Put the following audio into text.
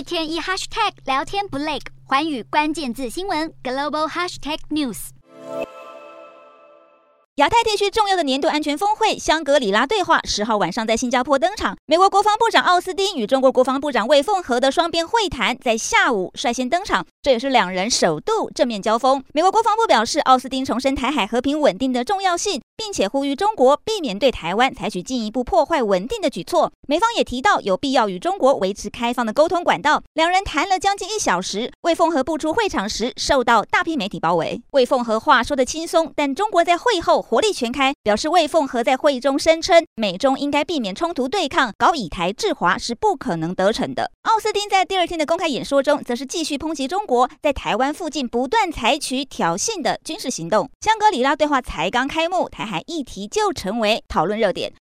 天一 hashtag 聊天不累，寰宇关键字新闻 global hashtag news。 亚太地区重要的年度安全峰会香格里拉对话10号晚上在新加坡登场。美国国防部长奥斯汀与中国国防部长魏凤和的双边会谈在下午率先登场，这也是两人首度正面交锋。美国国防部表示，奥斯汀重申台海和平稳定的重要性，并且呼吁中国避免对台湾采取进一步破坏稳定的举措。美方也提到有必要与中国维持开放的沟通管道。两人谈了将近1小时。魏凤和步出会场时受到大批媒体包围。魏凤和话说得轻松，但中国在会后火力全开，表示魏凤和在会议中声称美中应该避免冲突对抗，搞以台制华是不可能得逞的。奥斯汀在第2天的公开演说中，则是继续抨击中国在台湾附近不断采取挑衅的军事行动。香格里拉对话才刚开幕，台海议题就成为讨论热点。